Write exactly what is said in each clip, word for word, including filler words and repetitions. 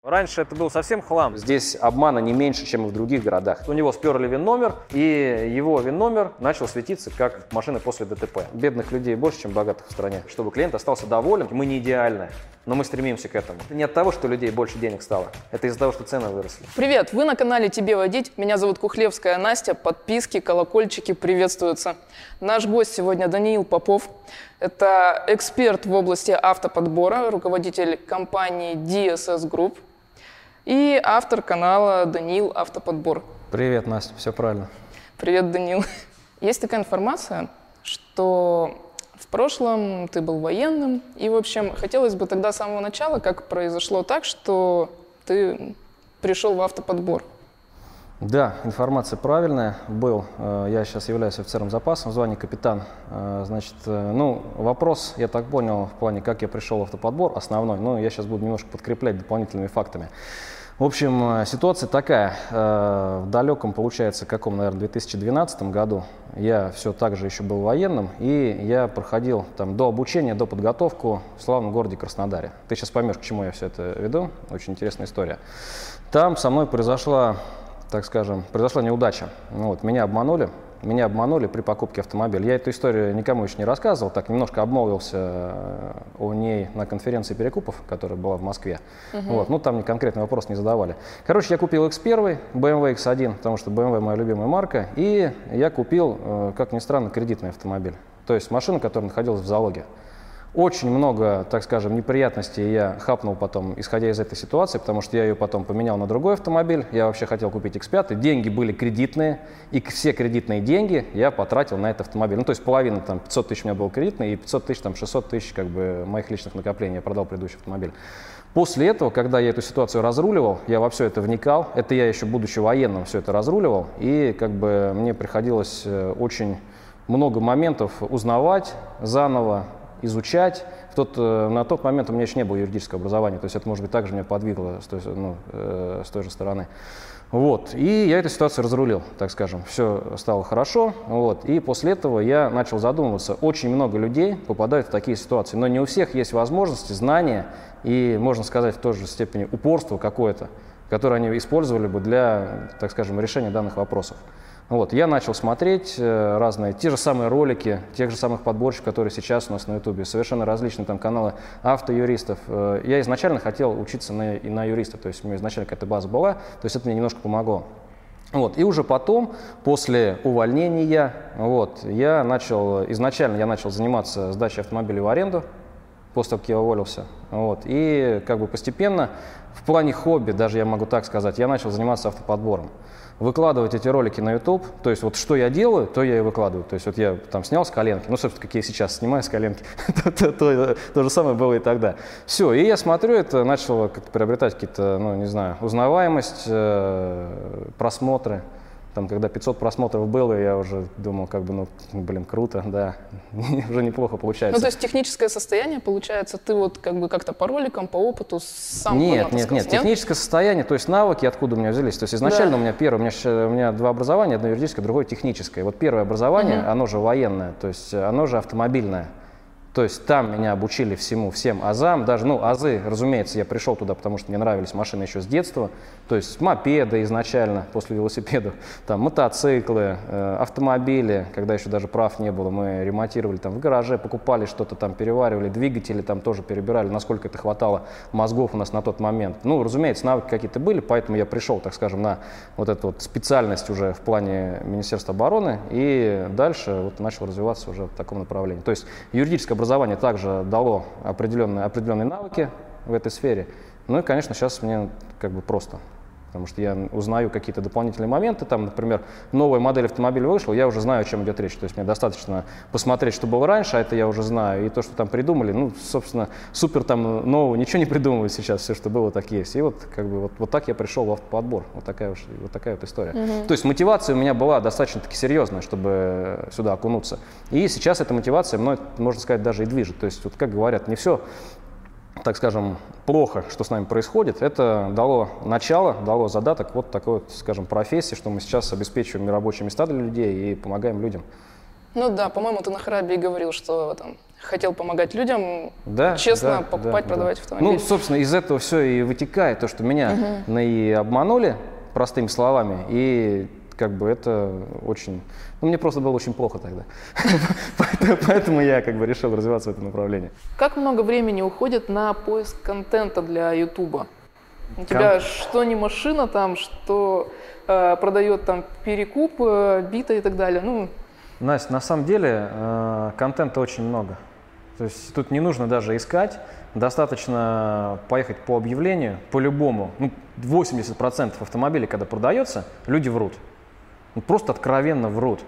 Раньше это был совсем хлам. Здесь обмана не меньше, чем и в других городах. У него сперли ВИН-номер, и его ВИН-номер начал светиться как машина после ДТП. Бедных людей больше, чем богатых в стране. Чтобы клиент остался доволен, мы не идеальны, но мы стремимся к этому. Это не от того, что у людей больше денег стало, это из-за того, что цены выросли. Привет, вы на канале «Тебе водить». Меня зовут Кухлевская Настя. Подписки, колокольчики приветствуются. Наш гость сегодня Даниил Попов. Это эксперт в области автоподбора, руководитель компании ди эс эс Group и автор канала Даниил Автоподбор. Привет, Настя, все правильно. Привет, Даниил. Есть такая информация, что в прошлом ты был военным, и, в общем, хотелось бы тогда с самого начала, как произошло так, что ты пришел в автоподбор. Да, информация правильная. Был. Я сейчас являюсь офицером запаса в звании капитан. Значит, ну, вопрос, я так понял, в плане, как я пришел в автоподбор, основной, но я сейчас буду немножко подкреплять дополнительными фактами. В общем, ситуация такая. В далеком, получается, каком, наверное, две тысячи двенадцатом году я все так же еще был военным, и я проходил там до обучения, до подготовку в славном городе Краснодаре. Ты сейчас поймешь, к чему я все это веду. Очень интересная история. Там со мной произошла, так скажем, произошла неудача. Вот, меня обманули. Меня обманули при покупке автомобиля. Я эту историю никому еще не рассказывал, так немножко обмолвился о ней на конференции перекупов, которая была в Москве. Uh-huh. Вот, ну, там мне конкретный вопрос не задавали. Короче, я купил икс один, бэ эм вэ икс один, потому что бэ эм вэ моя любимая марка, и я купил, как ни странно, кредитный автомобиль. То есть машину, которая находилась в залоге. Очень много, так скажем, неприятностей я хапнул потом, исходя из этой ситуации, потому что я ее потом поменял на другой автомобиль. Я вообще хотел купить икс пять, деньги были кредитные, и все кредитные деньги я потратил на этот автомобиль. Ну, то есть половина, там, пятьсот тысяч у меня было кредитный, и пятьсот тысяч, там, шестьсот тысяч, как бы, моих личных накоплений я продал предыдущий автомобиль. После этого, когда я эту ситуацию разруливал, я во все это вникал, это я еще, будучи военным, все это разруливал, и, как бы, мне приходилось очень много моментов узнавать заново, изучать. В тот, на тот момент у меня еще не было юридического образования, то есть это, может быть, также меня подвигло с той, ну, э, с той же стороны. Вот. И я эту ситуацию разрулил, так скажем. Все стало хорошо. Вот. И после этого я начал задумываться. Очень много людей попадают в такие ситуации, но не у всех есть возможности, знания и, можно сказать, в той же степени упорство какое-то, которое они использовали бы для, так скажем, решения данных вопросов. Вот, я начал смотреть э, разные, те же самые ролики, тех же самых подборщиков, которые сейчас у нас на ютубе, совершенно различные там каналы автоюристов. Э, я изначально хотел учиться на, и на юриста, то есть у меня изначально какая-то база была, то есть это мне немножко помогло. Вот, и уже потом, после увольнения, вот, я начал, изначально я начал заниматься сдачей автомобилей в аренду, после того, как я уволился. Вот, и как бы постепенно, в плане хобби, даже я могу так сказать, я начал заниматься автоподбором. Выкладывать эти ролики на YouTube, то есть вот что я делаю, то я и выкладываю. То есть вот я там снял с коленки, ну, собственно, как я сейчас снимаю с коленки, то, то, то, то же самое было и тогда. Все, и я смотрю, это начало как-то приобретать какие-то, ну, не знаю, узнаваемость, э, просмотры. Там, когда пятьсот просмотров было, я уже думал, как бы, ну, блин, круто, да, уже неплохо получается. Ну, то есть техническое состояние, получается, ты вот как бы как-то по роликам, по опыту сам Нет, нет, нет, техническое состояние, то есть навыки, откуда у меня взялись. То есть изначально да. у меня первое, у меня, у меня два образования, одно юридическое, другое техническое. Вот первое образование, угу. оно же военное, то есть оно же автомобильное. То есть там меня обучили всему, всем азам, даже, ну, азы, разумеется, я пришел туда, потому что мне нравились машины еще с детства, то есть мопеды изначально, после велосипедов, там мотоциклы, э, автомобили, когда еще даже прав не было, мы ремонтировали там в гараже, покупали что-то там, переваривали, двигатели там тоже перебирали, насколько это хватало мозгов у нас на тот момент. Ну, разумеется, навыки какие-то были, поэтому я пришел, так скажем, на вот эту вот специальность уже в плане Министерства обороны, и дальше вот начал развиваться уже в таком направлении. То есть юридическое образование Образование также дало определенные, определенные навыки в этой сфере. Ну и, конечно, сейчас мне как бы просто, потому что я узнаю какие-то дополнительные моменты. Там, например, новая модель автомобиля вышла, я уже знаю, о чем идет речь. То есть мне достаточно посмотреть, что было раньше, а это я уже знаю. И то, что там придумали, ну, собственно, супер там нового ничего не придумывают сейчас, все, что было, так есть. И вот как бы вот, вот так я пришел в автоподбор. Вот такая, уж, вот такая вот история. Mm-hmm. То есть мотивация у меня была достаточно-таки серьезная, чтобы сюда окунуться. И сейчас эта мотивация мной, можно сказать, даже и движет. То есть, вот как говорят, не все, так скажем, плохо, что с нами происходит. Это дало начало, дало задаток вот такой вот, скажем, профессии, что мы сейчас обеспечиваем рабочие места для людей и помогаем людям. Ну да, по-моему, ты на Харабе и говорил, что там хотел помогать людям, Да, честно да, покупать, да, продавать да. автомобиль. Ну, собственно, из этого все и вытекает, то, что меня Угу. и обманули, простыми словами, и как бы это очень... Ну, мне просто было очень плохо тогда. Поэтому я как бы решил развиваться в этом направлении. Как много времени уходит на поиск контента для Ютуба? У тебя что не машина там, что э, продает там перекуп, э, бита и так далее. Ну, Настя, на самом деле э, контента очень много. То есть тут не нужно даже искать, достаточно поехать по объявлению, по-любому. Ну, восемьдесят процентов автомобилей, когда продается, люди врут. Ну, просто откровенно врут.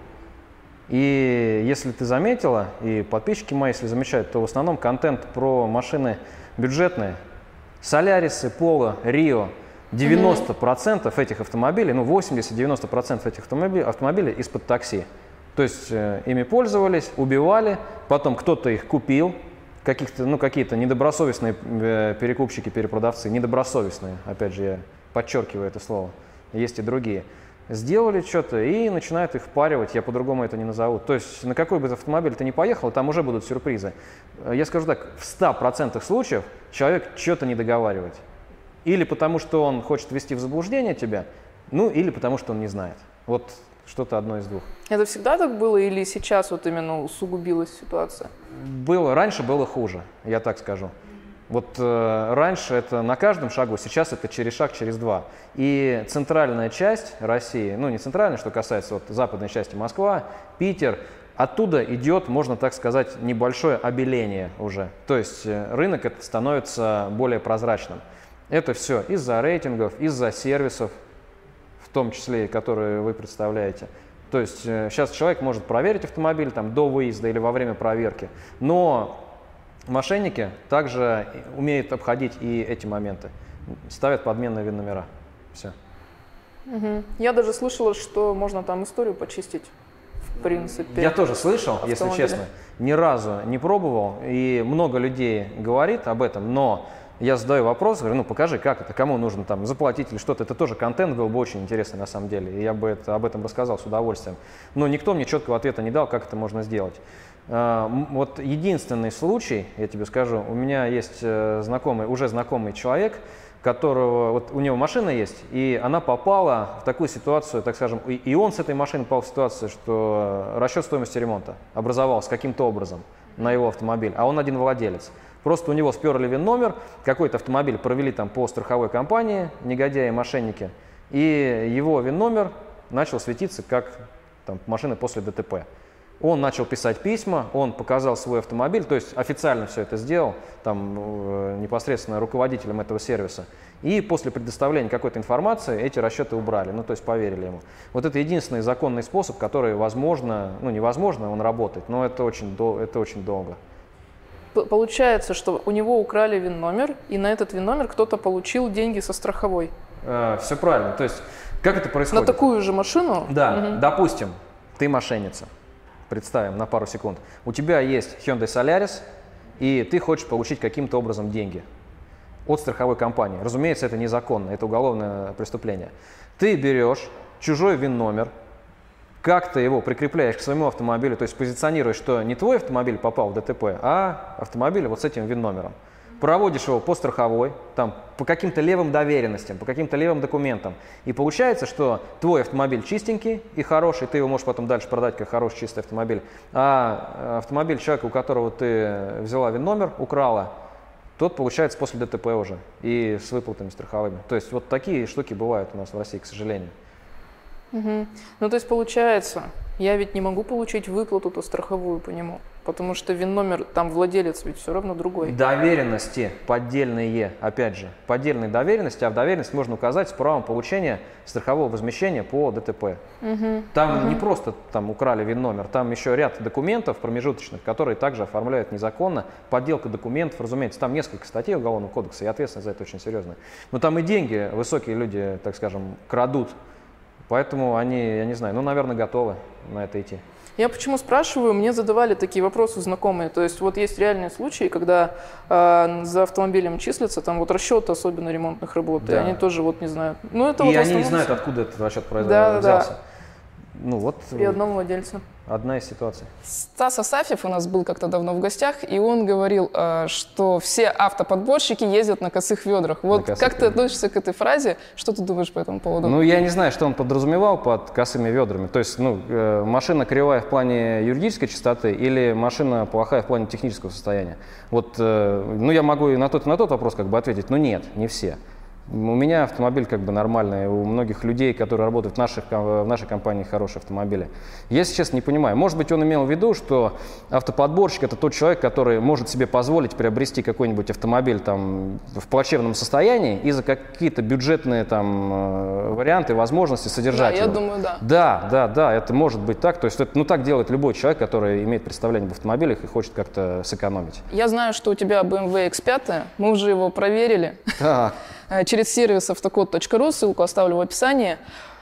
И если ты заметила, и подписчики мои, если замечают, то в основном контент про машины бюджетные. Солярисы, Поло, Рио. девяносто процентов этих автомобилей, ну восемьдесят-девяносто процентов этих автомобилей, автомобилей из-под такси. То есть э, ими пользовались, убивали, потом кто-то их купил, каких-то, ну, какие-то недобросовестные э, перекупщики, перепродавцы, недобросовестные, опять же я подчеркиваю это слово, есть и другие. Сделали что-то и начинают их впаривать, я по-другому это не назову. То есть на какой бы автомобиль ты ни поехал, там уже будут сюрпризы. Я скажу так, в ста процентах случаев человек что-то не договаривает. Или потому, что он хочет ввести в заблуждение тебя, ну или потому, что он не знает. Вот что-то одно из двух. это всегда так было или сейчас вот именно усугубилась ситуация? Было, раньше было хуже, я так скажу. Вот э, раньше это на каждом шагу, сейчас это через шаг, через два. И центральная часть России, ну не центральная, что касается вот западной части Москва, Питер, оттуда идет, можно так сказать, небольшое обеление уже. То есть э, рынок этот становится более прозрачным. Это все из-за рейтингов, из-за сервисов, в том числе, которые вы представляете. То есть э, сейчас человек может проверить автомобиль там, до выезда или во время проверки, но мошенники также умеют обходить и эти моменты. Ставят подменные ВИН-номера. Все. Угу. Я даже слышала, что можно там историю почистить, в принципе. Я тоже слышал, автомобиля. если честно. Ни разу не пробовал. И много людей говорит об этом, но я задаю вопрос, говорю, ну покажи, как это, кому нужно там заплатить или что-то. Это тоже контент был бы очень интересный на самом деле. И я бы это, об этом рассказал с удовольствием. Но никто мне четкого ответа не дал, как это можно сделать. Вот единственный случай, я тебе скажу, у меня есть знакомый, уже знакомый человек, которого, вот у него машина есть, и она попала в такую ситуацию, так скажем, и он с этой машиной попал в ситуацию, что расчет стоимости ремонта образовался каким-то образом на его автомобиль, а он один владелец. Просто у него сперли ВИН-номер, какой-то автомобиль провели там по страховой компании, негодяи, мошенники, и его ВИН-номер начал светиться как там, машина после ДТП. Он начал писать письма, он показал свой автомобиль, то есть официально все это сделал, там, э, непосредственно руководителем этого сервиса. И после предоставления какой-то информации эти расчеты убрали, ну то есть поверили ему. Вот это единственный законный способ, который возможно, ну невозможно, он работает, но это очень, дол- это очень долго. Получается, что у него украли ВИН-номер, и на этот ВИН-номер кто-то получил деньги со страховой. Э, все правильно, то есть как это происходит? На такую же машину? Да, Угу. допустим, ты мошенница. Представим на пару секунд. У тебя есть Hyundai Solaris, и ты хочешь получить каким-то образом деньги от страховой компании. Разумеется, это незаконно, это уголовное преступление. Ты берешь чужой ВИН-номер, как-то его прикрепляешь к своему автомобилю, то есть позиционируешь, что не твой автомобиль попал в ДТП, а автомобиль вот с этим ВИН-номером. Проводишь его по страховой, там, по каким-то левым доверенностям, по каким-то левым документам. И получается, что твой автомобиль чистенький и хороший, ты его можешь потом дальше продать как хороший чистый автомобиль. А автомобиль человека, у которого ты взяла ВИН-номер, украла, тот получается после ДТП уже и с выплатами страховыми. То есть вот такие штуки бывают у нас в России, к сожалению. Угу. Ну то есть получается, я ведь не могу получить выплату-то страховую по нему, потому что ВИН-номер, там владелец ведь все равно другой. Доверенности поддельные, опять же, поддельные доверенности, а в доверенность можно указать с правом получения страхового возмещения по ДТП. Угу. Там угу. не просто там украли ВИН-номер, там еще ряд документов промежуточных, которые также оформляют незаконно. Подделка документов, разумеется, там несколько статей Уголовного кодекса, и ответственность за это очень серьезная. Но там и деньги высокие люди, так скажем, крадут. Поэтому они, я не знаю, ну, наверное, готовы на это идти. Я почему спрашиваю, мне задавали такие вопросы знакомые. То есть вот есть реальные случаи, когда э, за автомобилем числятся там вот расчеты, особенно ремонтных работ, да. И они тоже вот не знают. Ну, это и вот они не знают, откуда этот расчет произ... да, взялся. Да. Ну, вот, При одном владельце. одна из ситуаций. Стас Асафьев у нас был как-то давно в гостях, и он говорил, э, что все автоподборщики ездят на косых ведрах. Вот косых как ты ведрах. относишься к этой фразе? Что ты думаешь по этому поводу? Ну, я не знаю, что он подразумевал под косыми ведрами. То есть, ну, э, машина кривая в плане юридической чистоты или машина плохая в плане технического состояния? Вот, э, ну, я могу и на тот, и на тот вопрос как бы ответить, но нет, не все. У меня автомобиль как бы нормальный, у многих людей, которые работают в, наших, в нашей компании, хорошие автомобили. Я, если честно, не понимаю. Может быть, он имел в виду, что автоподборщик – это тот человек, который может себе позволить приобрести какой-нибудь автомобиль там, в плачевном состоянии и за какие-то бюджетные там, варианты, возможности содержать Да, его. я думаю, да. Да, да, да, это может быть так. То есть, это, ну, так делает любой человек, который имеет представление об автомобилях и хочет как-то сэкономить. Я знаю, что у тебя бэ эм вэ икс пять, мы уже его проверили. Так. Через сервис автокод точка ру, ссылку оставлю в описании.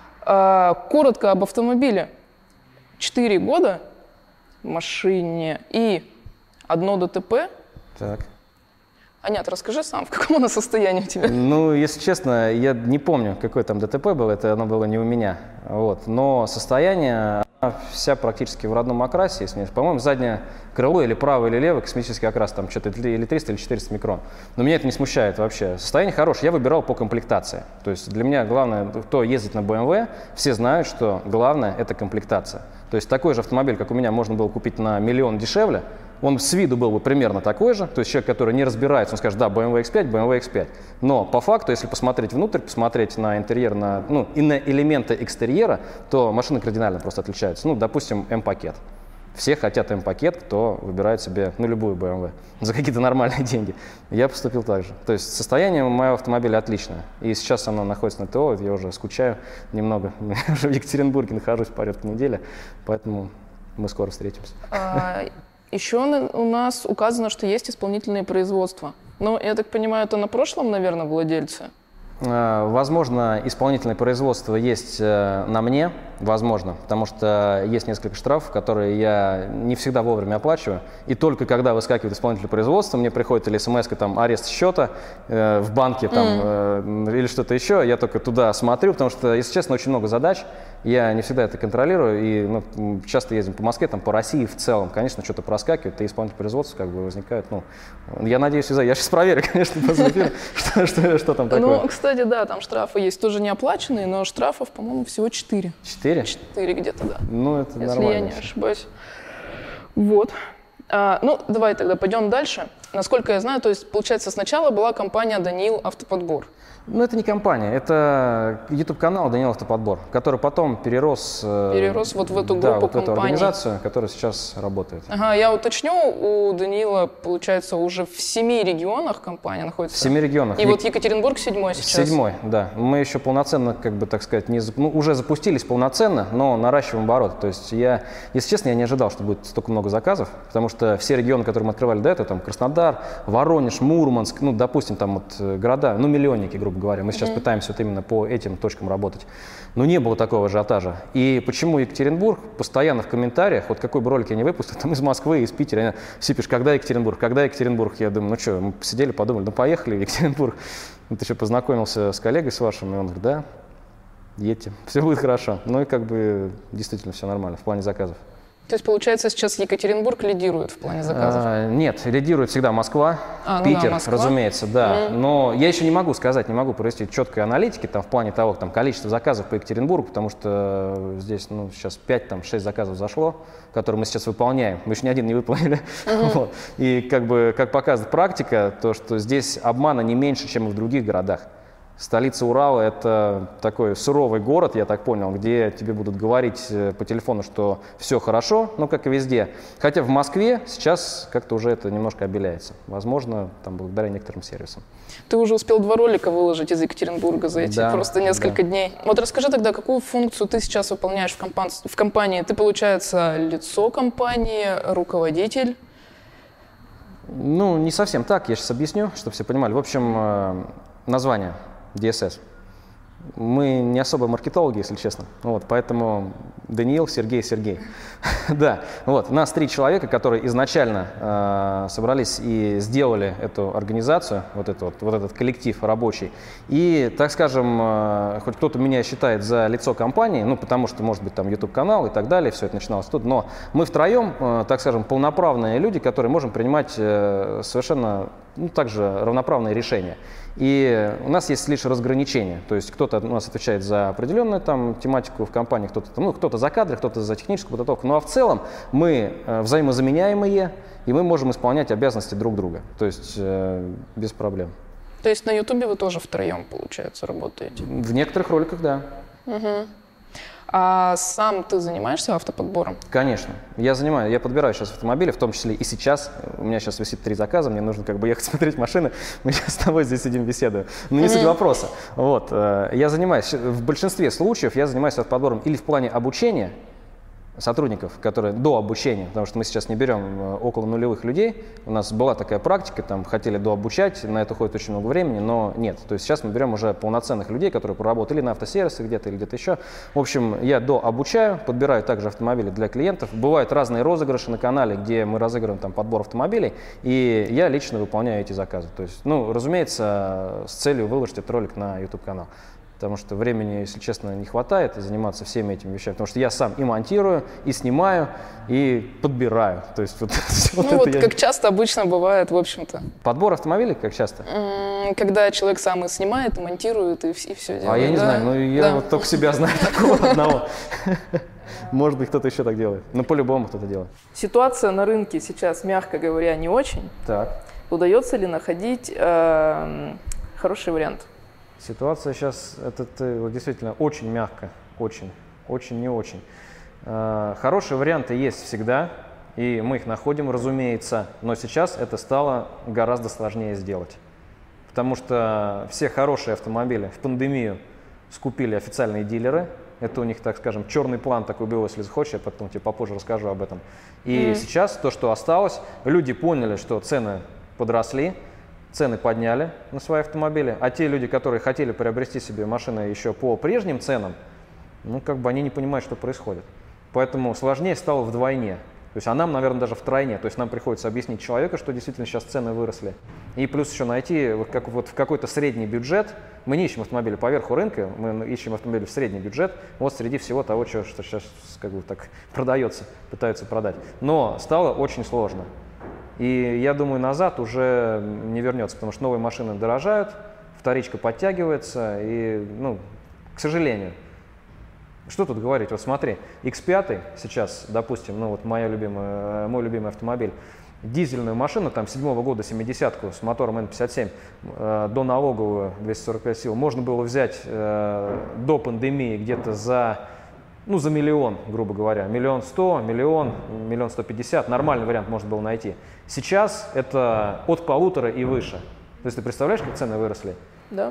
Коротко об автомобиле. Четыре года в машине и одно дэ тэ пэ. Так. Анят, расскажи сам, в каком оно состоянии у тебя? Ну, если честно, я не помню, какое там дэ тэ пэ было, это оно было не у меня. Вот. Но состояние, она вся практически в родном окрасе, если не... По-моему, заднее крыло или правое, или левое, космический окрас, там что-то или триста, или четыреста микрон. Но меня это не смущает вообще. Состояние хорошее, я выбирал по комплектации. То есть для меня главное, кто ездит на бэ эм вэ, все знают, что главное – это комплектация. То есть такой же автомобиль, как у меня, можно было купить на миллион дешевле, он с виду был бы примерно такой же, то есть человек, который не разбирается, он скажет, да, бэ эм вэ икс пять, бэ эм вэ икс пять. Но по факту, если посмотреть внутрь, посмотреть на интерьер, на, ну, и на элементы экстерьера, то машины кардинально просто отличаются. Ну, допустим, эм-пакет. Все хотят эм-пакет, кто выбирает себе, ну, любую бэ эм вэ за какие-то нормальные деньги. Я поступил так же. То есть состояние моего автомобиля отличное. И сейчас оно находится на ТО, я уже скучаю немного. Я уже в Екатеринбурге нахожусь порядка недели, поэтому мы скоро встретимся. А, еще у нас указано, что есть исполнительные производства. Но, я так понимаю, это на прошлом, наверное, владельце? Возможно, исполнительное производство есть на мне, возможно, потому что есть несколько штрафов, которые я не всегда вовремя оплачиваю. И только когда выскакивает исполнительное производство, мне приходит или смс-ка, там, арест счета э, в банке там, mm. э, или что-то еще, я только туда смотрю, потому что, если честно, очень много задач, я не всегда это контролирую, и ну, часто ездим по Москве, там, по России в целом, конечно, что-то проскакивает, и исполнительное производство как бы возникает. Ну, я надеюсь, я сейчас проверю, конечно, после эфира, что, что, что там такое. Ну, кстати, да, там штрафы есть, тоже не оплаченные, но штрафов, по-моему, всего четыре. Четыре? Четыре где-то, да. Ну, это если нормально. я не ошибаюсь. Вот. А, ну, давай тогда пойдем дальше. Насколько я знаю, то есть, получается, сначала была компания «Даниил Автоподбор». Ну, это не компания, это YouTube-канал «Даниил Автоподбор», который потом перерос, перерос вот в эту группу да, вот компаний. эту организацию, которая сейчас работает. Ага, я уточню, у Даниила, получается, уже в семи регионах компания находится. В семи регионах. И вот Екатеринбург седьмой сейчас. Седьмой, да. Мы еще полноценно, как бы, так сказать, не, ну, уже запустились полноценно, но наращиваем обороты. То есть я, если честно, я не ожидал, что будет столько много заказов, потому что все регионы, которые мы открывали до этого, там Краснодар, Воронеж, Мурманск, ну, допустим, там вот города, ну, миллионники, грубо говоря. Мы сейчас mm-hmm. пытаемся вот именно по этим точкам работать. Но не было такого ажиотажа. И почему Екатеринбург? Постоянно в комментариях, вот какой бы ролик я не выпустил, там из Москвы, из Питера, все пишут, когда Екатеринбург, когда Екатеринбург? Я думаю, ну что, мы посидели, подумали, ну поехали в Екатеринбург. Вот еще познакомился с коллегой с вашим, и он говорит, да, едьте, все будет хорошо. Ну и как бы действительно все нормально в плане заказов. То есть, получается, сейчас Екатеринбург лидирует в плане заказов? А, нет, лидирует всегда Москва, а, ну Питер, да, Москва. разумеется, да. Mm. Но я еще не могу сказать, не могу провести четкой аналитики там, в плане того, там, количества заказов по Екатеринбургу, потому что здесь ну, сейчас пять-шесть заказов зашло, которые мы сейчас выполняем. Мы еще ни один не выполнили. Mm-hmm. Вот. И как, бы, как показывает практика, то, что здесь обмана не меньше, чем и в других городах. Столица Урала – это такой суровый город, я так понял, где тебе будут говорить по телефону, что все хорошо, ну, как и везде. Хотя в Москве сейчас как-то уже это немножко обеляется. Возможно, там, благодаря некоторым сервисам. Ты уже успел два ролика выложить из Екатеринбурга за эти да, просто несколько да. дней. Вот расскажи тогда, какую функцию ты сейчас выполняешь в, компан- в компании? Ты, получается, лицо компании, руководитель? Ну, не совсем так, я сейчас объясню, чтобы все понимали. В общем, название ди эс эс. Мы не особо маркетологи, если честно. Вот, поэтому Даниил, Сергей, Сергей. Да, вот, нас три человека, которые изначально э, собрались и сделали эту организацию, вот, это вот, вот этот коллектив рабочий. И, так скажем, э, хоть кто-то меня считает за лицо компании, ну, потому что, может быть, там YouTube-канал и так далее, все это начиналось тут, но мы втроем, э, так скажем, полноправные люди, которые можем принимать э, совершенно, ну, также равноправные решения. И у нас есть лишь разграничение, то есть кто-то у нас отвечает за определенную там тематику в компании, кто-то, ну, кто-то за кадры, кто-то за техническую подготовку, ну а в целом мы э, взаимозаменяемые, и мы можем исполнять обязанности друг друга, то есть э, без проблем. То есть на Ютубе вы тоже втроем, получается, работаете? В некоторых роликах, да. Угу. А сам ты занимаешься автоподбором? Конечно. Я занимаю, я подбираю сейчас автомобили, в том числе и сейчас. У меня сейчас висит три заказа, мне нужно как бы ехать смотреть машины. Мы сейчас с тобой здесь сидим, беседуем. Но не суть вопроса. Вот. Я занимаюсь, в большинстве случаев я занимаюсь автоподбором или в плане обучения сотрудников, которые до обучения, потому что мы сейчас не берем около нулевых людей. У нас была такая практика, там хотели дообучать, на это уходит очень много времени, но нет. То есть сейчас мы берем уже полноценных людей, которые проработали на автосервисе где-то или где-то еще. В общем, я дообучаю, подбираю также автомобили для клиентов. Бывают разные розыгрыши на канале, где мы разыгрываем там подбор автомобилей, и я лично выполняю эти заказы. То есть, ну, разумеется, с целью выложить этот ролик на YouTube-канал. Потому что времени, если честно, не хватает заниматься всеми этими вещами. Потому что я сам и монтирую, и снимаю, и подбираю. То есть вот, ну вот, вот я... как часто обычно бывает, в общем-то. Подбор автомобилей как часто? Когда человек сам и снимает, и монтирует, и, и все делает. А я не да? знаю, ну я да. вот только себя знаю такого одного. Может быть, кто-то еще так делает. Но по-любому кто-то делает. Ситуация на рынке сейчас, мягко говоря, не очень. Так. Удается ли находить э, хороший вариант? Ситуация сейчас, это ты, действительно очень мягко, очень, очень не очень. Э, хорошие варианты есть всегда, и мы их находим, разумеется, но сейчас это стало гораздо сложнее сделать. Потому что все хорошие автомобили в пандемию скупили официальные дилеры. Это у них, так скажем, черный план такой был, если захочешь, я потом тебе попозже расскажу об этом. И mm-hmm. сейчас то, что осталось, люди поняли, что цены подросли, цены подняли на свои автомобили, а те люди, которые хотели приобрести себе машины еще по прежним ценам, ну, как бы они не понимают, что происходит. Поэтому сложнее стало вдвойне. То есть, а нам, наверное, даже втройне. То есть нам приходится объяснить человеку, что действительно сейчас цены выросли. И плюс еще найти вот, как, вот в какой-то средний бюджет. Мы не ищем автомобили по верху рынка, мы ищем автомобили в средний бюджет. Вот среди всего того, что, что сейчас как бы так продается, пытаются продать. Но стало очень сложно. И я думаю, назад уже не вернется, потому что новые машины дорожают, вторичка подтягивается, и, ну, к сожалению. Что тут говорить? Вот смотри, икс пять сейчас, допустим, ну вот моя любимая, мой любимый автомобиль, дизельную машину, там, седьмого года, семидесятку с мотором эн пятьдесят семь, э, до налоговую двести сорок пять сил, можно было взять э, до пандемии где-то за... Ну, за миллион, грубо говоря. Миллион сто, миллион, миллион сто пятьдесят. Нормальный вариант можно было найти. Сейчас это от полутора и выше. То есть ты представляешь, как цены выросли? Да.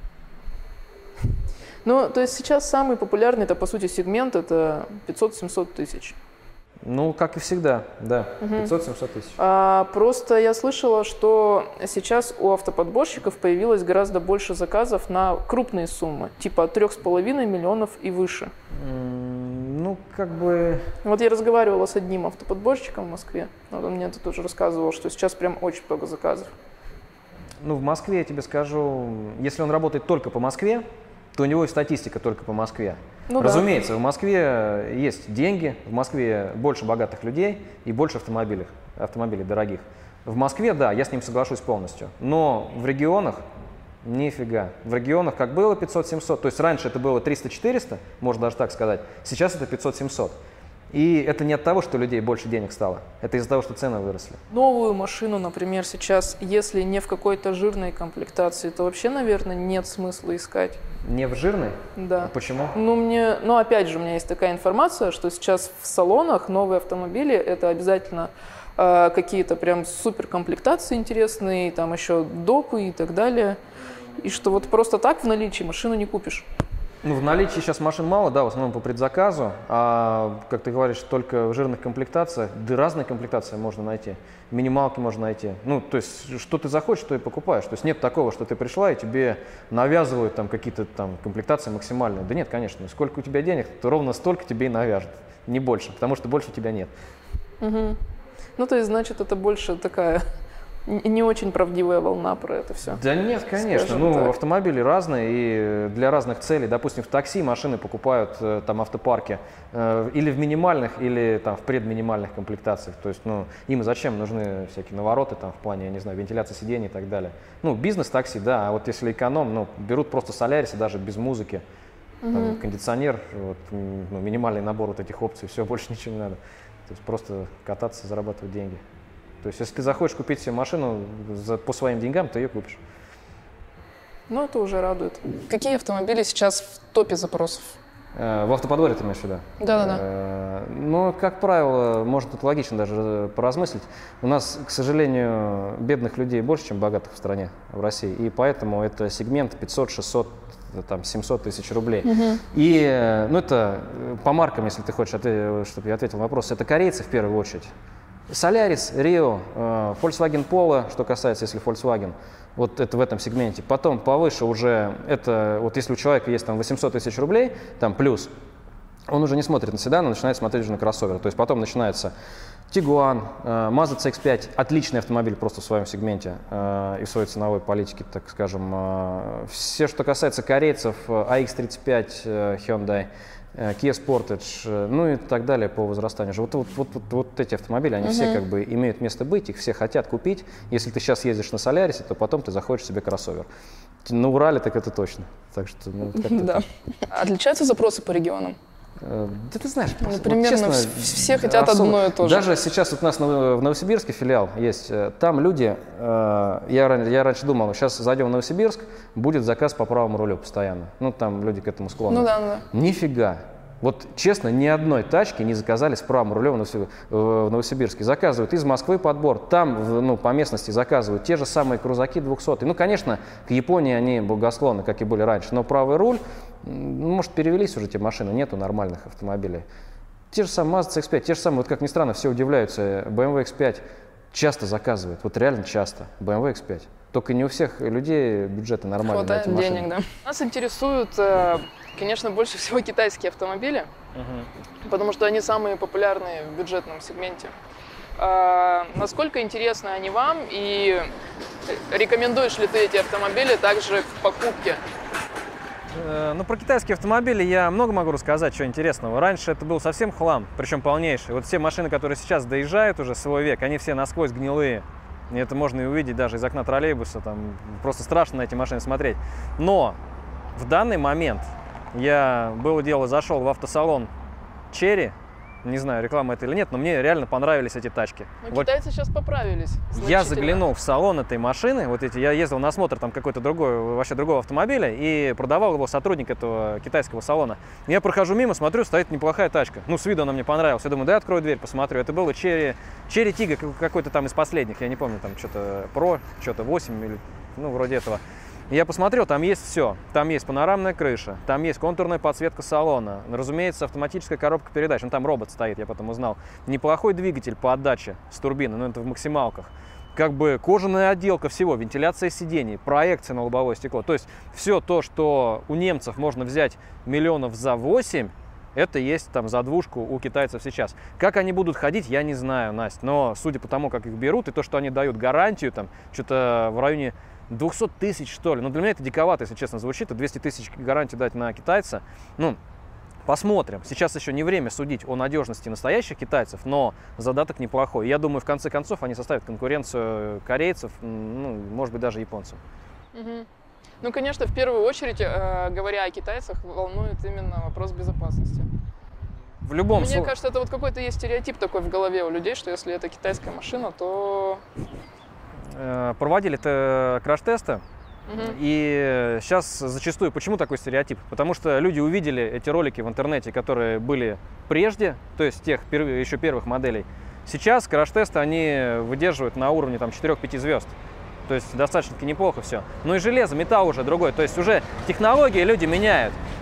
Ну, то есть сейчас самый популярный, это, по сути, сегмент, это пятьсот-семьсот тысяч. Ну, как и всегда, да. пятьсот-семьсот тысяч. А, просто я слышала, что сейчас у автоподборщиков появилось гораздо больше заказов на крупные суммы, типа от трех с половиной миллионов и выше. Mm, ну, как бы... Вот я разговаривала с одним автоподборщиком в Москве. Вот он мне это тоже рассказывал, что сейчас прям очень много заказов. Ну, в Москве, я тебе скажу, если он работает только по Москве, то у него и статистика только по Москве. Ну, разумеется, да. В Москве есть деньги, в Москве больше богатых людей и больше автомобилей, автомобилей дорогих. В Москве, да, я с ним соглашусь полностью, но в регионах нифига. В регионах как было пятьсот-семьсот, то есть раньше это было триста-четыреста, можно даже так сказать, сейчас это пятьсот-семьсот. И это не от того, что у людей больше денег стало, это из-за того, что цены выросли. Новую машину, например, сейчас, если не в какой-то жирной комплектации, то вообще, наверное, нет смысла искать. Не в жирной? Да. Почему? Ну, мне, ну, опять же, у меня есть такая информация, что сейчас в салонах новые автомобили – это обязательно э, какие-то прям суперкомплектации интересные, там еще допы и так далее. И что вот просто так в наличии машину не купишь. Ну, в наличии сейчас машин мало, да, в основном по предзаказу, а, как ты говоришь, только в жирных комплектациях, да разные комплектации можно найти, минималки можно найти. Ну, то есть, что ты захочешь, то и покупаешь. То есть нет такого, что ты пришла и тебе навязывают там какие-то там комплектации максимальные. Да нет, конечно, сколько у тебя денег, то ровно столько тебе и навяжут, не больше, потому что больше у тебя нет. Угу. Ну, то есть, значит, это больше такая не очень правдивая волна про это все. Да нет, конечно. Скажем Ну, так. автомобили разные и для разных целей. Допустим, в такси машины покупают э, там автопарки э, или в минимальных, или там в предминимальных комплектациях. То есть, ну, им зачем нужны всякие навороты там в плане, я не знаю, вентиляции сидений и так далее. Ну, бизнес-такси, да, а вот если эконом, ну, берут просто Солярисы даже без музыки. Там, Угу. кондиционер, вот, м, ну, минимальный набор вот этих опций, все, больше ничего не надо. То есть просто кататься, зарабатывать деньги. То есть, если ты захочешь купить себе машину за, по своим деньгам, ты ее купишь. Ну, это уже радует. Какие автомобили сейчас в топе запросов? Э, В автоподборе ты имеешь в виду? Да-да-да. Э, Ну, как правило, может, тут логично даже поразмыслить. У нас, к сожалению, бедных людей больше, чем богатых в стране, в России. И поэтому это сегмент пятьсот, шестьсот, там, семьсот тысяч рублей. И, э, ну, это э, по маркам, если ты хочешь, чтобы я ответил на вопрос, это корейцы в первую очередь. Солярис, Рио, э, Volkswagen Polo, что касается, если Volkswagen, вот это в этом сегменте. Потом повыше уже, это вот если у человека есть там восемьсот тысяч рублей, там плюс, он уже не смотрит на седан, он начинает смотреть уже на кроссовер. То есть потом начинается Tiguan, э, Mazda икс пять, отличный автомобиль просто в своем сегменте э, и в своей ценовой политике, так скажем. Э, все, что касается корейцев, а икс тридцать пять э, Hyundai, Kia Sportage, ну и так далее по возрастанию. Вот, вот, вот, вот, вот эти автомобили, они uh-huh. все как бы имеют место быть, их все хотят купить. Если ты сейчас ездишь на Солярисе, то потом ты захочешь себе кроссовер. На Урале так это точно. Так что, ну, да. Отличаются запросы по регионам? Да ты знаешь, Ну, просто, примерно вот, честно, все хотят особо, одно и то же. Даже сейчас вот у нас в Новосибирске филиал есть, там люди, я, я раньше думал, сейчас зайдем в Новосибирск, будет заказ по правому рулю постоянно. Ну, там люди к этому склонны. Ну да, ну да. Нифига. Вот честно, ни одной тачки не заказали с правым рулем в Новосибирске. Заказывают из Москвы подбор, там ну, по местности заказывают те же самые крузаки двухсотые. Ну, конечно, к Японии они благосклонны, как и были раньше, но правый руль, ну, может, перевелись уже те машины, нету нормальных автомобилей. Те же самые Mazda икс пять, те же самые, вот как ни странно, все удивляются, бэ эм вэ икс пять часто заказывают, вот реально часто, бэ эм вэ икс пять. Только не у всех людей бюджеты нормальные. Хватает на эти денег, машины. да. Нас интересуют, конечно, больше всего китайские автомобили, uh-huh. потому что они самые популярные в бюджетном сегменте. А, насколько интересны они вам и рекомендуешь ли ты эти автомобили также к покупке? Ну, про китайские автомобили я много могу рассказать, что интересного. Раньше это был совсем хлам, причем полнейший. Вот все машины, которые сейчас доезжают уже свой век, они все насквозь гнилые. И это можно и увидеть даже из окна троллейбуса, там просто страшно на эти машины смотреть. Но в данный момент я, было дело, зашел в автосалон Chery, не знаю, реклама это или нет, но мне реально понравились эти тачки. Но вот китайцы сейчас поправились. я заглянул в салон этой машины, вот эти, я ездил на осмотр там какой-то другой, вообще другого автомобиля, и продавал его сотрудник этого китайского салона. Я прохожу мимо, смотрю, стоит неплохая тачка. Ну, с виду она мне понравилась. Я думаю, да, открою дверь, посмотрю. Это было Chery, Chery Tiggo какой-то там из последних, я не помню, там что-то Pro, что-то восемь или, ну, вроде этого. Я посмотрел, там есть все. Там есть панорамная крыша, там есть контурная подсветка салона, разумеется, автоматическая коробка передач. Ну, там робот стоит, я потом узнал. Неплохой двигатель по отдаче с турбины, но это в максималках. Как бы кожаная отделка всего, вентиляция сидений, проекция на лобовое стекло. То есть все то, что у немцев можно взять миллионов за восемь, это есть там за двушку у китайцев сейчас. Как они будут ходить, я не знаю, Настя. Но судя по тому, как их берут, и то, что они дают гарантию, там что-то в районе двухсот тысяч, что ли. Но для меня это диковато, если честно звучит. двести тысяч гарантии дать на китайца. Ну, посмотрим. Сейчас еще не время судить о надежности настоящих китайцев, но задаток неплохой. Я думаю, в конце концов, они составят конкуренцию корейцев, ну, может быть, даже японцев. Угу. Ну, конечно, в первую очередь, э, говоря о китайцах, волнует именно вопрос безопасности. В любом Мне случае. кажется, это вот какой-то есть стереотип такой в голове у людей, что если это китайская машина, то... Проводили краш-тесты, угу. и сейчас зачастую, почему такой стереотип? Потому что люди увидели эти ролики в интернете, которые были прежде, то есть тех еще первых моделей. Сейчас краш-тесты они выдерживают на уровне там четырёх-пяти звезд. То есть достаточно неплохо все. Ну и железо, металл уже другой. То есть уже технологии люди меняют.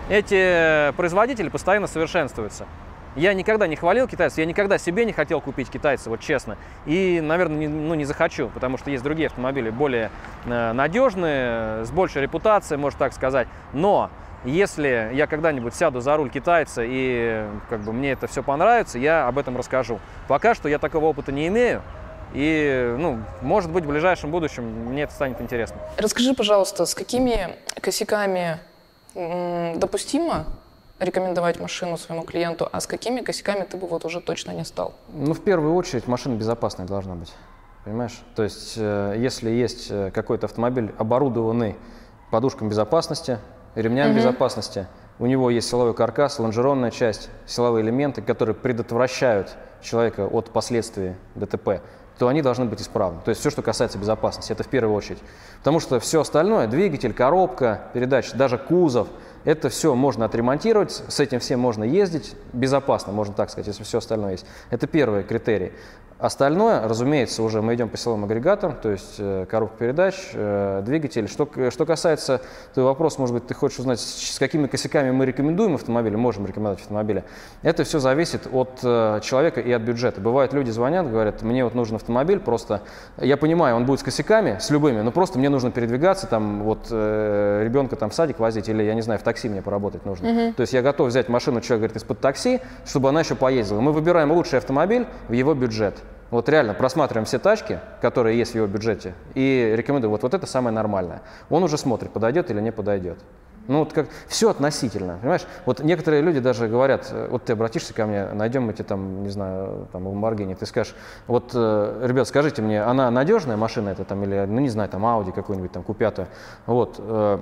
эти производители постоянно совершенствуются. Я никогда не хвалил китайцев, я никогда себе не хотел купить китайца, вот честно. И, наверное, не, ну, не захочу, потому что есть другие автомобили более э, надежные, с большей репутацией, можно так сказать. Но если я когда-нибудь сяду за руль китайца и как бы, мне это все понравится, я об этом расскажу. Пока что я такого опыта не имею. И, ну, может быть, в ближайшем будущем мне это станет интересно. Расскажи, пожалуйста, с какими косяками м, допустимо рекомендовать машину своему клиенту, а с какими косяками ты бы вот уже точно не стал? Ну, в первую очередь, машина безопасная должна быть, понимаешь? То есть, э, если есть какой-то автомобиль, оборудованный подушками безопасности, ремнями угу. безопасности, у него есть силовой каркас, лонжеронная часть, силовые элементы, которые предотвращают человека от последствий ДТП, то они должны быть исправны. То есть все, что касается безопасности, это в первую очередь. Потому что все остальное, двигатель, коробка, передач, даже кузов, это все можно отремонтировать, с этим всем можно ездить безопасно, можно так сказать, если все остальное есть. Это первый критерий. Остальное, разумеется, уже мы идем по силовым агрегатам, то есть э, коробка передач, э, двигатель. Что, что касается, твой вопрос, может быть, ты хочешь узнать, с, с какими косяками мы рекомендуем автомобили, можем рекомендовать автомобили. Это все зависит от э, человека и от бюджета. Бывает, люди звонят, говорят, мне вот нужен автомобиль, просто, я понимаю, он будет с косяками, с любыми, но просто мне нужно передвигаться, там, вот, э, ребенка там в садик возить или, я не знаю, в такси мне поработать нужно. Mm-hmm. То есть я готов взять машину, человек говорит, из-под такси, чтобы она еще поездила. Мы выбираем лучший автомобиль в его бюджет. Вот реально просматриваем все тачки, которые есть в его бюджете, и рекомендую, вот, вот это самое нормальное. Он уже смотрит, подойдет или не подойдет. Ну, вот как, все относительно, понимаешь? Вот некоторые люди даже говорят, вот ты обратишься ко мне, найдем мы тебе там, не знаю, там, в Lamborghini, ты скажешь, вот, э, ребят, скажите мне, она надежная машина это там, или, ну, не знаю, там, Audi какой-нибудь, там, кью пять, вот, э,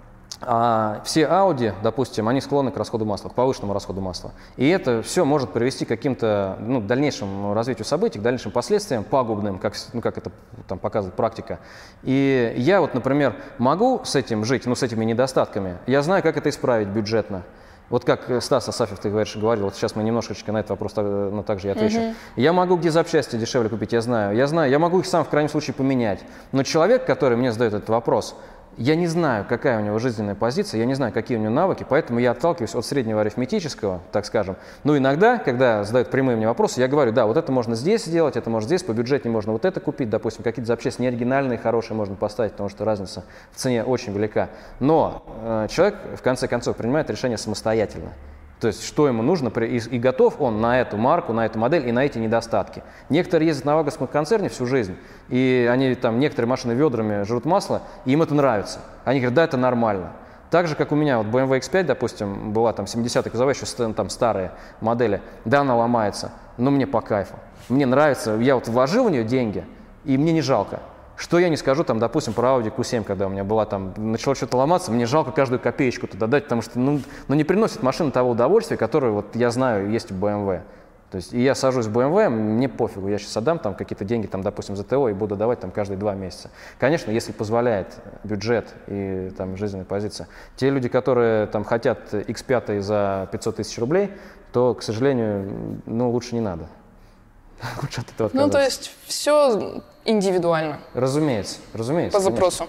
а все Audi, допустим, они склонны к расходу масла, к повышенному расходу масла. И это все может привести к каким-то, ну, дальнейшему развитию событий, к дальнейшим последствиям пагубным, как, ну, как это там показывает практика. И я вот, например, могу с этим жить, ну, с этими недостатками. Я знаю, как это исправить бюджетно. Вот как Стас Асафьев, ты говоришь, говорил, вот сейчас мы немножечко на этот вопрос ну, также и отвечу. Uh-huh. Я могу где запчасти дешевле купить, я знаю. Я знаю, я могу их сам в крайнем случае поменять. Но человек, который мне задает этот вопрос, я не знаю, какая у него жизненная позиция, я не знаю, какие у него навыки, поэтому я отталкиваюсь от среднего арифметического, так скажем. Но иногда, когда задают прямые мне вопросы, я говорю, да, вот это можно здесь сделать, это можно здесь, по бюджету можно вот это купить, допустим, какие-то запчасти неоригинальные, хорошие можно поставить, потому что разница в цене очень велика. Но э, человек, в конце концов, принимает решение самостоятельно. То есть, что ему нужно, и, и готов он на эту марку, на эту модель и на эти недостатки. Некоторые ездят на ваговском концерне всю жизнь, и они там, некоторые машины ведрами жрут масло, и им это нравится. Они говорят, да, это нормально. Так же, как у меня, вот бэ эм вэ икс пять, допустим, была там семидесятая кузова, еще там старые модели, да, она ломается, но мне по кайфу. Мне нравится, я вот вложил в нее деньги, и мне не жалко. Что я не скажу, там, допустим, про Audi кью семь, когда у меня была там, начало что-то ломаться, мне жалко каждую копеечку туда дать, потому что, ну, ну не приносит машина того удовольствия, которое, вот, я знаю, есть у бэ эм вэ. То есть, и я сажусь в бэ эм вэ, мне пофигу, я сейчас отдам там какие-то деньги, там, допустим, за ТО и буду давать там каждые два месяца. Конечно, если позволяет бюджет и там жизненная позиция. Те люди, которые там хотят икс пять за пятьсот тысяч рублей, то, к сожалению, ну, лучше не надо. Лучше от этого отказаться. Ну, то есть, все индивидуально. Разумеется, разумеется. По запросу.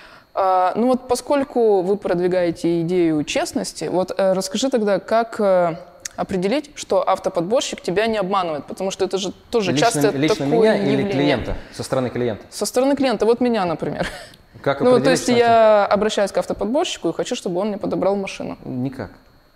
А, ну вот, поскольку вы продвигаете идею честности, вот э, расскажи тогда, как э, определить, что автоподборщик тебя не обманывает, потому что это же тоже лично, часто лично такое меня явление. Или клиента, со стороны клиента? Со стороны клиента, вот меня, например. Как ну, то есть что я обращаюсь к автоподборщику и хочу, чтобы он мне подобрал машину. Никак.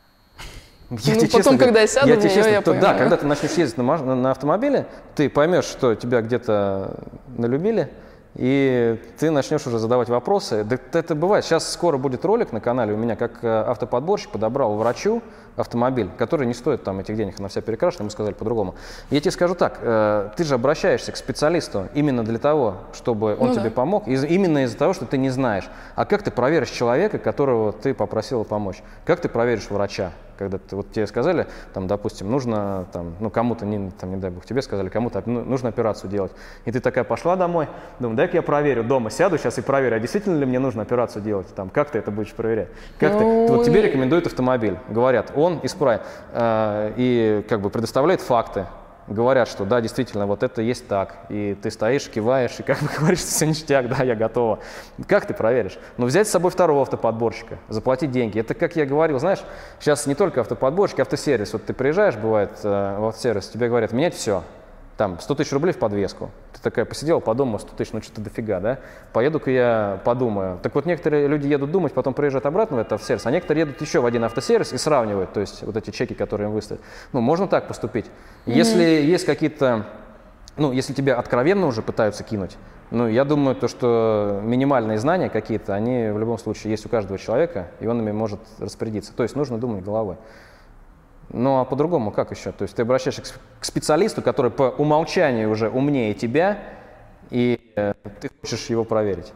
Я ну, потом, честно, когда я сяду я в нее, честно, я то, пойму. Да, когда ты начнешь ездить на, на, на автомобиле, ты поймешь, что тебя где-то налюбили, и ты начнешь уже задавать вопросы. Да, это бывает. Сейчас скоро будет ролик на канале у меня, как автоподборщик подобрал врачу автомобиль, который не стоит там этих денег, она вся перекрашена, ему сказали по-другому. Я тебе скажу так, э, ты же обращаешься к специалисту именно для того, чтобы он ну тебе да. помог, из, именно из-за того, что ты не знаешь. А как ты проверишь человека, которого ты попросил помочь? Как ты проверишь врача? Когда ты, вот тебе сказали, там, допустим, нужно, там, ну, кому-то, не, там, не дай бог, тебе сказали, кому-то ну, нужно операцию делать. И ты такая пошла домой, думаю, дай-ка я проверю дома, сяду сейчас и проверю, а действительно ли мне нужно операцию делать? Там, как ты это будешь проверять? Как ну, ты, вот тебе рекомендуют автомобиль, говорят, он исправит, э, и как бы предоставляет факты. говорят, что да, действительно, вот это есть так, и ты стоишь, киваешь, и как бы говоришь, что все ништяк, да, я готова. Как ты проверишь? Ну, взять с собой второго автоподборщика, заплатить деньги. Это, как я говорил, знаешь, сейчас не только автоподборщик, автосервис. Вот ты приезжаешь, бывает, в автосервис, тебе говорят, менять все. Там сто тысяч рублей в подвеску. Ты такая посидела, подумала, сто тысяч, ну что-то дофига, да? Поеду-ка я подумаю. Так вот, некоторые люди едут думать, потом приезжают обратно в этот автосервис, а некоторые едут еще в один автосервис и сравнивают, то есть вот эти чеки, которые им выставят. Ну, можно так поступить. Mm-hmm. Если есть какие-то, ну, если тебя откровенно уже пытаются кинуть, ну, я думаю, то, что минимальные знания какие-то, они в любом случае есть у каждого человека, и он ими может распорядиться. То есть нужно думать головой. Ну, а по-другому как еще? То есть ты обращаешься к специалисту, который по умолчанию уже умнее тебя, и э, ты хочешь его проверить.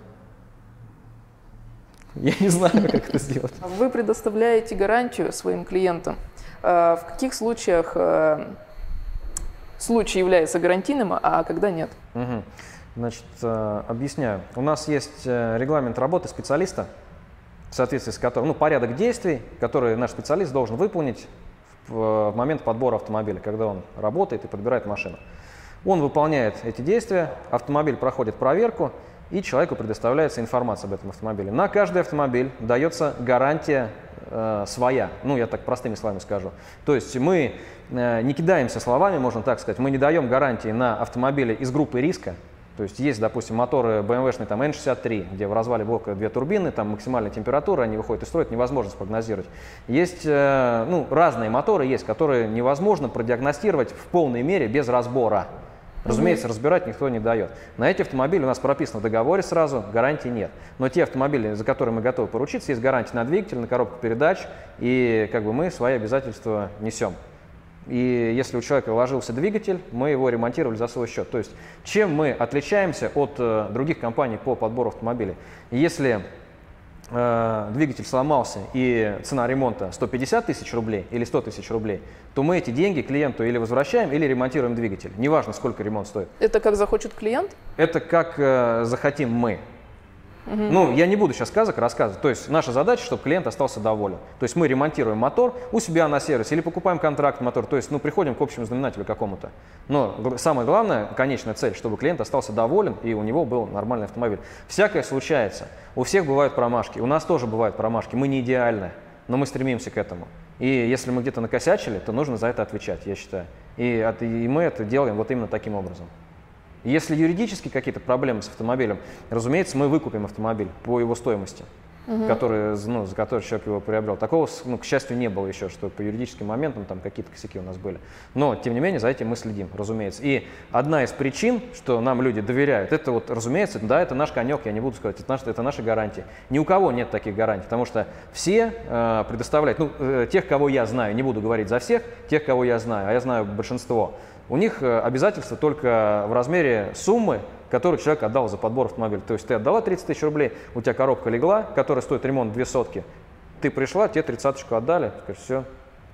Я не знаю, как это сделать. Вы предоставляете гарантию своим клиентам. В каких случаях случай является гарантийным, а когда нет? Угу. Значит, объясняю. У нас есть регламент работы специалиста, в соответствии с которым, ну, порядок действий, который наш специалист должен выполнить в момент подбора автомобиля, когда он работает и подбирает машину. Он выполняет эти действия, автомобиль проходит проверку, и человеку предоставляется информация об этом автомобиле. На каждый автомобиль дается гарантия э, своя, ну, я так простыми словами скажу. То есть мы э, не кидаемся словами, можно так сказать, мы не даем гарантии на автомобили из группы риска. То есть есть, допустим, моторы бэ эм вэ-шные, там эн шестьдесят три, где в развале блока две турбины, там максимальная температура, они выходят из строя, это невозможно спрогнозировать. Есть э, ну, разные моторы, есть, которые невозможно продиагностировать в полной мере без разбора. Разумеется, разбирать никто не дает. На эти автомобили у нас прописано в договоре сразу, гарантии нет. Но те автомобили, за которые мы готовы поручиться, есть гарантия на двигатель, на коробку передач, и как бы мы свои обязательства несем. И если у человека ложился двигатель, мы его ремонтировали за свой счет. То есть чем мы отличаемся от э, других компаний по подбору автомобилей? Если э, двигатель сломался и цена ремонта сто пятьдесят тысяч рублей или сто тысяч рублей, то мы эти деньги клиенту или возвращаем, или ремонтируем двигатель. Неважно, сколько ремонт стоит. Это как захочет клиент? Это как э, захотим мы. Угу. Ну, я не буду сейчас сказок рассказывать. То есть наша задача, чтобы клиент остался доволен. То есть мы ремонтируем мотор у себя на сервисе или покупаем контракт мотор. То есть, ну, приходим к общему знаменателю какому-то. Но самое главное, конечная цель, чтобы клиент остался доволен и у него был нормальный автомобиль. Всякое случается. У всех бывают промашки. У нас тоже бывают промашки. Мы не идеальны, но мы стремимся к этому. И если мы где-то накосячили, то нужно за это отвечать, я считаю. И, и мы это делаем вот именно таким образом. Если юридически какие-то проблемы с автомобилем, разумеется, мы выкупим автомобиль по его стоимости, угу. который, ну, за который человек его приобрел. Такого, ну, к счастью, не было еще, что по юридическим моментам там какие-то косяки у нас были. Но, тем не менее, за этим мы следим, разумеется. И одна из причин, что нам люди доверяют, это вот, разумеется, да, это наш конек, я не буду сказать, это, наш, это наши гарантии. Ни у кого нет таких гарантий, потому что все э, предоставляют, ну, э, тех, кого я знаю, не буду говорить за всех, тех, кого я знаю, а я знаю большинство, у них обязательства только в размере суммы, которую человек отдал за подбор автомобиля. То есть ты отдала тридцать тысяч рублей, у тебя коробка легла, которая стоит ремонт две сотки. Ты пришла, тебе тридцаточку отдали, скажешь, все,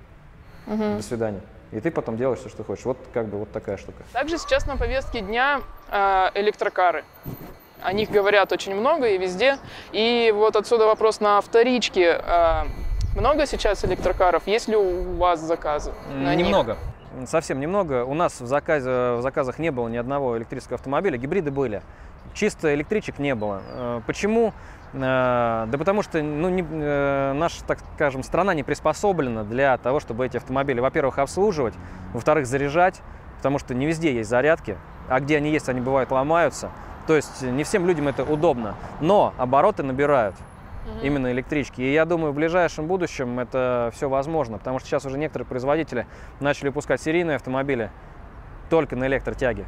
угу. До свидания. И ты потом делаешь все, что хочешь. Вот как бы вот такая штука. Также сейчас на повестке дня электрокары. О них говорят очень много и везде. И вот отсюда вопрос на вторичке. Много сейчас электрокаров? Есть ли у вас заказы на них? Немного. Совсем немного. У нас в, заказе, в заказах не было ни одного электрического автомобиля. Гибриды были. Чисто электричек не было. Почему? Да потому что, ну, не, наша, так скажем, страна не приспособлена для того, чтобы эти автомобили, во-первых, обслуживать, во-вторых, заряжать, потому что не везде есть зарядки, а где они есть, они бывают ломаются. То есть не всем людям это удобно. Но обороты набирают. Именно электрички. И я думаю, в ближайшем будущем это все возможно, потому что сейчас уже некоторые производители начали выпускать серийные автомобили только на электротяге.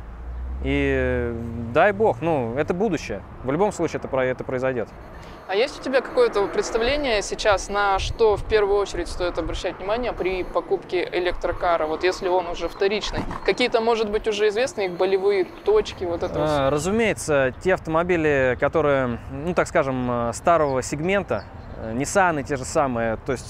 И дай бог, ну, это будущее. В любом случае это, это произойдет. А есть у тебя какое-то представление сейчас, на что в первую очередь стоит обращать внимание при покупке электрокара, вот если он уже вторичный? Какие-то, может быть, уже известные их болевые точки? Вот это а, разумеется, те автомобили, которые, ну, так скажем, старого сегмента, Ниссаны те же самые, то есть